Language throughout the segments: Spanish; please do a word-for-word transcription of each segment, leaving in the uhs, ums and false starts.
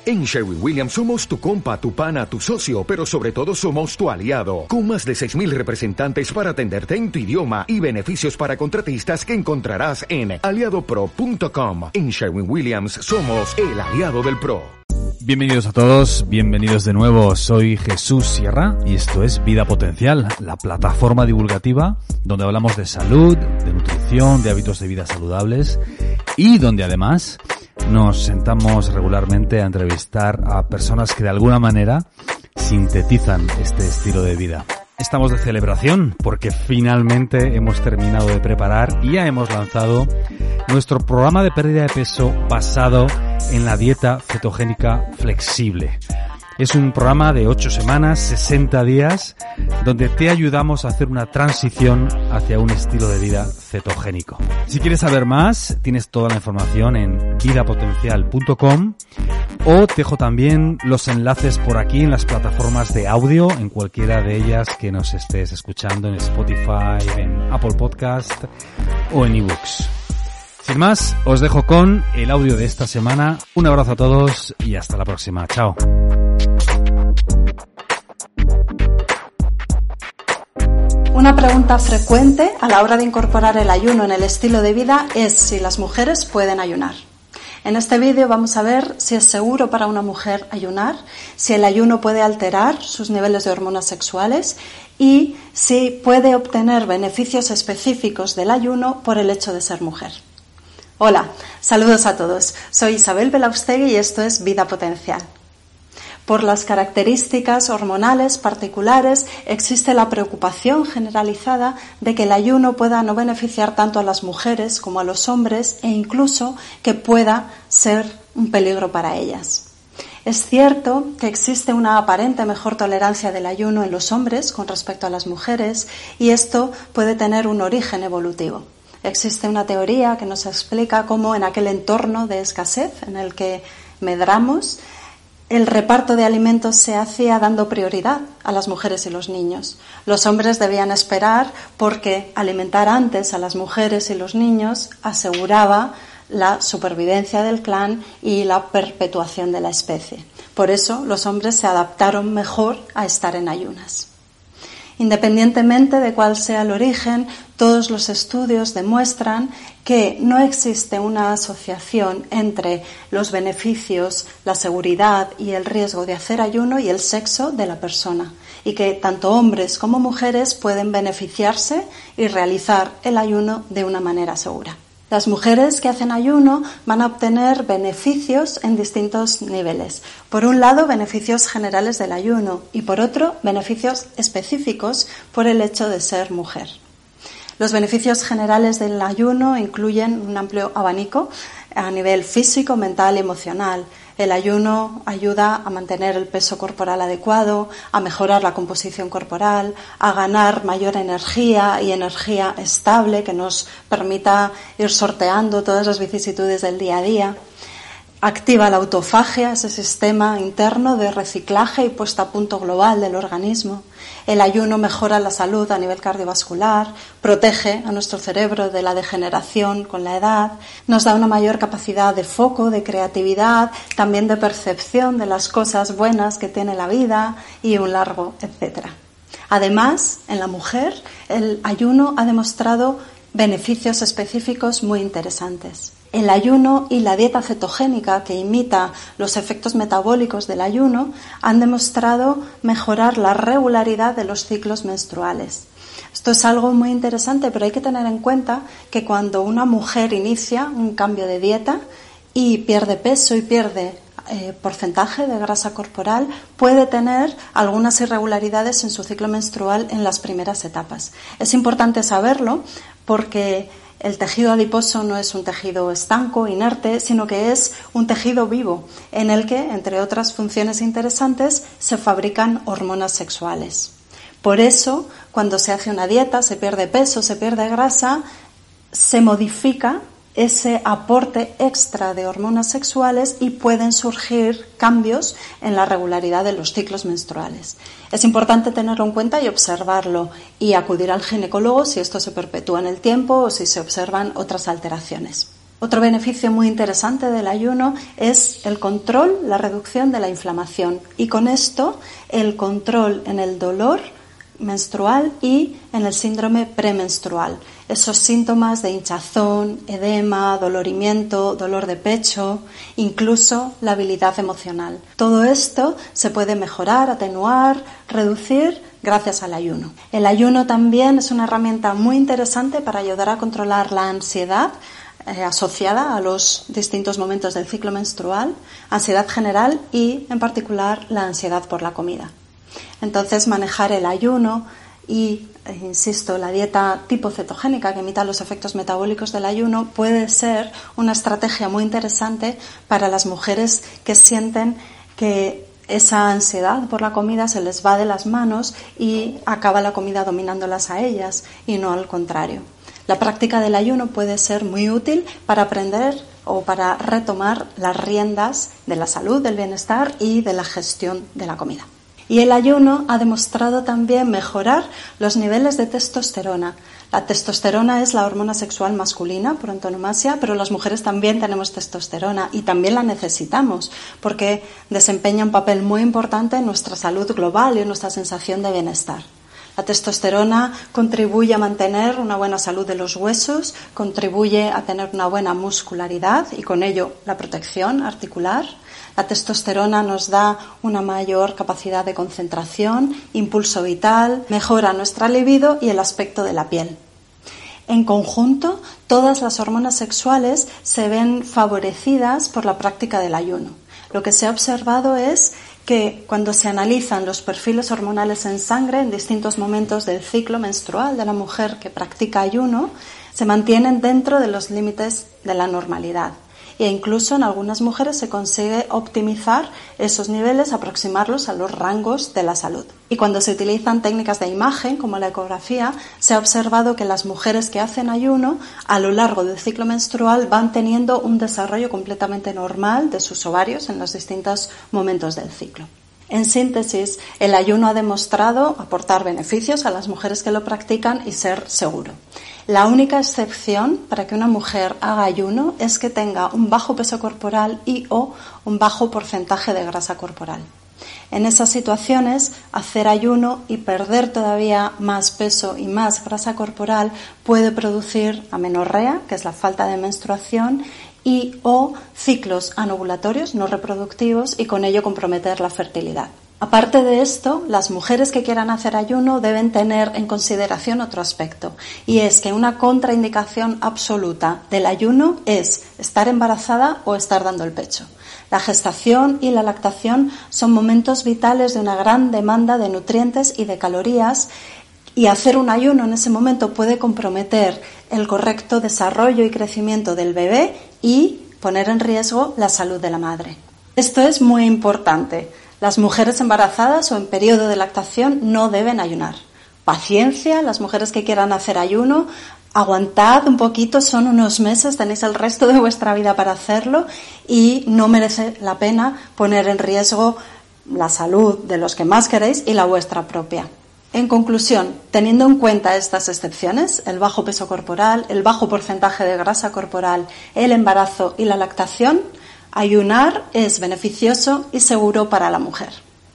En Sherwin-Williams somos tu compa, tu pana, tu socio, pero sobre todo somos tu aliado, con más de seis mil representantes para atenderte en tu idioma y beneficios para contratistas que encontrarás en aliado pro punto com. En Sherwin-Williams somos el aliado del pro. Bienvenidos a todos, bienvenidos de nuevo. Soy Jesús Sierra y esto es Vida Potencial, la plataforma divulgativa donde hablamos de salud, de nutrición, de hábitos de vida saludables y donde además nos sentamos regularmente a entrevistar a personas que de alguna manera sintetizan este estilo de vida. Estamos de celebración porque finalmente hemos terminado de preparar y ya hemos lanzado nuestro programa de pérdida de peso basado en la dieta cetogénica flexible. Es un programa de ocho semanas, sesenta días, donde te ayudamos a hacer una transición hacia un estilo de vida cetogénico. Si quieres saber más, tienes toda la información en vida potencial punto com o te dejo también los enlaces por aquí en las plataformas de audio, en cualquiera de ellas que nos estés escuchando, en Spotify, en Apple Podcast o en eBooks. Sin más, os dejo con el audio de esta semana. Un abrazo a todos y hasta la próxima. Chao. Una pregunta frecuente a la hora de incorporar el ayuno en el estilo de vida es si las mujeres pueden ayunar. En este vídeo vamos a ver si es seguro para una mujer ayunar, si el ayuno puede alterar sus niveles de hormonas sexuales y si puede obtener beneficios específicos del ayuno por el hecho de ser mujer. Hola, saludos a todos. Soy Isabel Belaustegui y esto es Vida Potencial. Por las características hormonales particulares existe la preocupación generalizada de que el ayuno pueda no beneficiar tanto a las mujeres como a los hombres e incluso que pueda ser un peligro para ellas. Es cierto que existe una aparente mejor tolerancia del ayuno en los hombres con respecto a las mujeres y esto puede tener un origen evolutivo. Existe una teoría que nos explica cómo en aquel entorno de escasez en el que medramos, el reparto de alimentos se hacía dando prioridad a las mujeres y los niños. Los hombres debían esperar porque alimentar antes a las mujeres y los niños aseguraba la supervivencia del clan y la perpetuación de la especie. Por eso los hombres se adaptaron mejor a estar en ayunas. Independientemente de cuál sea el origen, todos los estudios demuestran que no existe una asociación entre los beneficios, la seguridad y el riesgo de hacer ayuno y el sexo de la persona, y que tanto hombres como mujeres pueden beneficiarse y realizar el ayuno de una manera segura. Las mujeres que hacen ayuno van a obtener beneficios en distintos niveles. Por un lado, beneficios generales del ayuno y por otro, beneficios específicos por el hecho de ser mujer. Los beneficios generales del ayuno incluyen un amplio abanico a nivel físico, mental y emocional. El ayuno ayuda a mantener el peso corporal adecuado, a mejorar la composición corporal, a ganar mayor energía y energía estable que nos permita ir sorteando todas las vicisitudes del día a día. Activa la autofagia, ese sistema interno de reciclaje y puesta a punto global del organismo. El ayuno mejora la salud a nivel cardiovascular, protege a nuestro cerebro de la degeneración con la edad, nos da una mayor capacidad de foco, de creatividad, también de percepción de las cosas buenas que tiene la vida y un largo etcétera. Además, en la mujer, el ayuno ha demostrado beneficios específicos muy interesantes. El ayuno y la dieta cetogénica, que imita los efectos metabólicos del ayuno, han demostrado mejorar la regularidad de los ciclos menstruales. Esto es algo muy interesante, pero hay que tener en cuenta que cuando una mujer inicia un cambio de dieta y pierde peso y pierde eh, porcentaje de grasa corporal, puede tener algunas irregularidades en su ciclo menstrual en las primeras etapas. Es importante saberlo porque el tejido adiposo no es un tejido estanco, inerte, sino que es un tejido vivo en el que, entre otras funciones interesantes, se fabrican hormonas sexuales. Por eso, cuando se hace una dieta, se pierde peso, se pierde grasa, se modifica ese aporte extra de hormonas sexuales y pueden surgir cambios en la regularidad de los ciclos menstruales. Es importante tenerlo en cuenta y observarlo y acudir al ginecólogo si esto se perpetúa en el tiempo o si se observan otras alteraciones. Otro beneficio muy interesante del ayuno es el control, la reducción de la inflamación y con esto el control en el dolor menstrual y en el síndrome premenstrual. Esos síntomas de hinchazón, edema, dolorimiento, dolor de pecho, incluso la habilidad emocional. Todo esto se puede mejorar, atenuar, reducir gracias al ayuno. El ayuno también es una herramienta muy interesante para ayudar a controlar la ansiedad eh, asociada a los distintos momentos del ciclo menstrual, ansiedad general y, en particular, la ansiedad por la comida. Entonces, manejar el ayuno y, eh, insisto, la dieta tipo cetogénica que imita los efectos metabólicos del ayuno puede ser una estrategia muy interesante para las mujeres que sienten que esa ansiedad por la comida se les va de las manos y acaba la comida dominándolas a ellas y no al contrario. La práctica del ayuno puede ser muy útil para aprender o para retomar las riendas de la salud, del bienestar y de la gestión de la comida. Y el ayuno ha demostrado también mejorar los niveles de testosterona. La testosterona es la hormona sexual masculina por antonomasia, pero las mujeres también tenemos testosterona y también la necesitamos porque desempeña un papel muy importante en nuestra salud global y en nuestra sensación de bienestar. La testosterona contribuye a mantener una buena salud de los huesos, contribuye a tener una buena muscularidad y con ello la protección articular. La testosterona nos da una mayor capacidad de concentración, impulso vital, mejora nuestra libido y el aspecto de la piel. En conjunto, todas las hormonas sexuales se ven favorecidas por la práctica del ayuno. Lo que se ha observado es que cuando se analizan los perfiles hormonales en sangre en distintos momentos del ciclo menstrual de la mujer que practica ayuno, se mantienen dentro de los límites de la normalidad. E incluso en algunas mujeres se consigue optimizar esos niveles, aproximarlos a los rangos de la salud. Y cuando se utilizan técnicas de imagen, como la ecografía, se ha observado que las mujeres que hacen ayuno, a lo largo del ciclo menstrual, van teniendo un desarrollo completamente normal de sus ovarios en los distintos momentos del ciclo. En síntesis, el ayuno ha demostrado aportar beneficios a las mujeres que lo practican y ser seguro. La única excepción para que una mujer haga ayuno es que tenga un bajo peso corporal y o un bajo porcentaje de grasa corporal. En esas situaciones, hacer ayuno y perder todavía más peso y más grasa corporal puede producir amenorrea, que es la falta de menstruación, y o ciclos anovulatorios no reproductivos y con ello comprometer la fertilidad. Aparte de esto, las mujeres que quieran hacer ayuno deben tener en consideración otro aspecto, y es que una contraindicación absoluta del ayuno es estar embarazada o estar dando el pecho. La gestación y la lactación son momentos vitales de una gran demanda de nutrientes y de calorías, y hacer un ayuno en ese momento puede comprometer el correcto desarrollo y crecimiento del bebé y poner en riesgo la salud de la madre. Esto es muy importante. Las mujeres embarazadas o en periodo de lactación no deben ayunar. Paciencia, las mujeres que quieran hacer ayuno, aguantad un poquito, son unos meses, tenéis el resto de vuestra vida para hacerlo y no merece la pena poner en riesgo la salud de los que más queréis y la vuestra propia. En conclusión, teniendo en cuenta estas excepciones, el bajo peso corporal, el bajo porcentaje de grasa corporal, el embarazo y la lactación, ayunar es beneficioso y seguro para la mujer.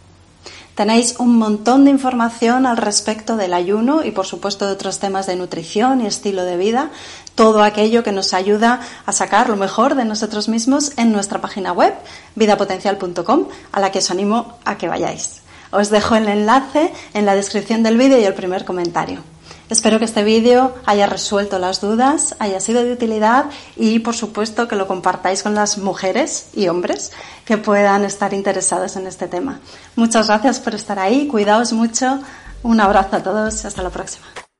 Tenéis un montón de información al respecto del ayuno y, por supuesto, de otros temas de nutrición y estilo de vida, todo aquello que nos ayuda a sacar lo mejor de nosotros mismos en nuestra página web, vida potencial punto com, a la que os animo a que vayáis. Os dejo el enlace en la descripción del vídeo y el primer comentario. Espero que este vídeo haya resuelto las dudas, haya sido de utilidad y, por supuesto, que lo compartáis con las mujeres y hombres que puedan estar interesados en este tema. Muchas gracias por estar ahí, cuidaos mucho, un abrazo a todos, hasta la próxima.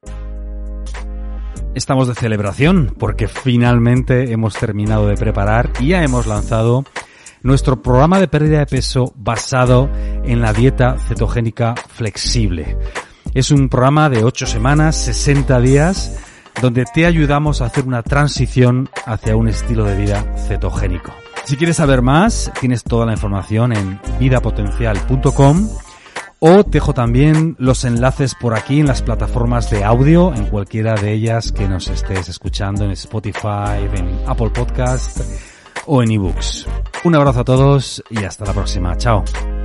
Estamos de celebración porque finalmente hemos terminado de preparar y ya hemos lanzado nuestro programa de pérdida de peso basado en la dieta cetogénica flexible. Es un programa de ocho semanas, sesenta días, donde te ayudamos a hacer una transición hacia un estilo de vida cetogénico. Si quieres saber más, tienes toda la información en vida potencial punto com o te dejo también los enlaces por aquí en las plataformas de audio, en cualquiera de ellas que nos estés escuchando, en Spotify, en Apple Podcast o en eBooks. Un abrazo a todos y hasta la próxima. Chao.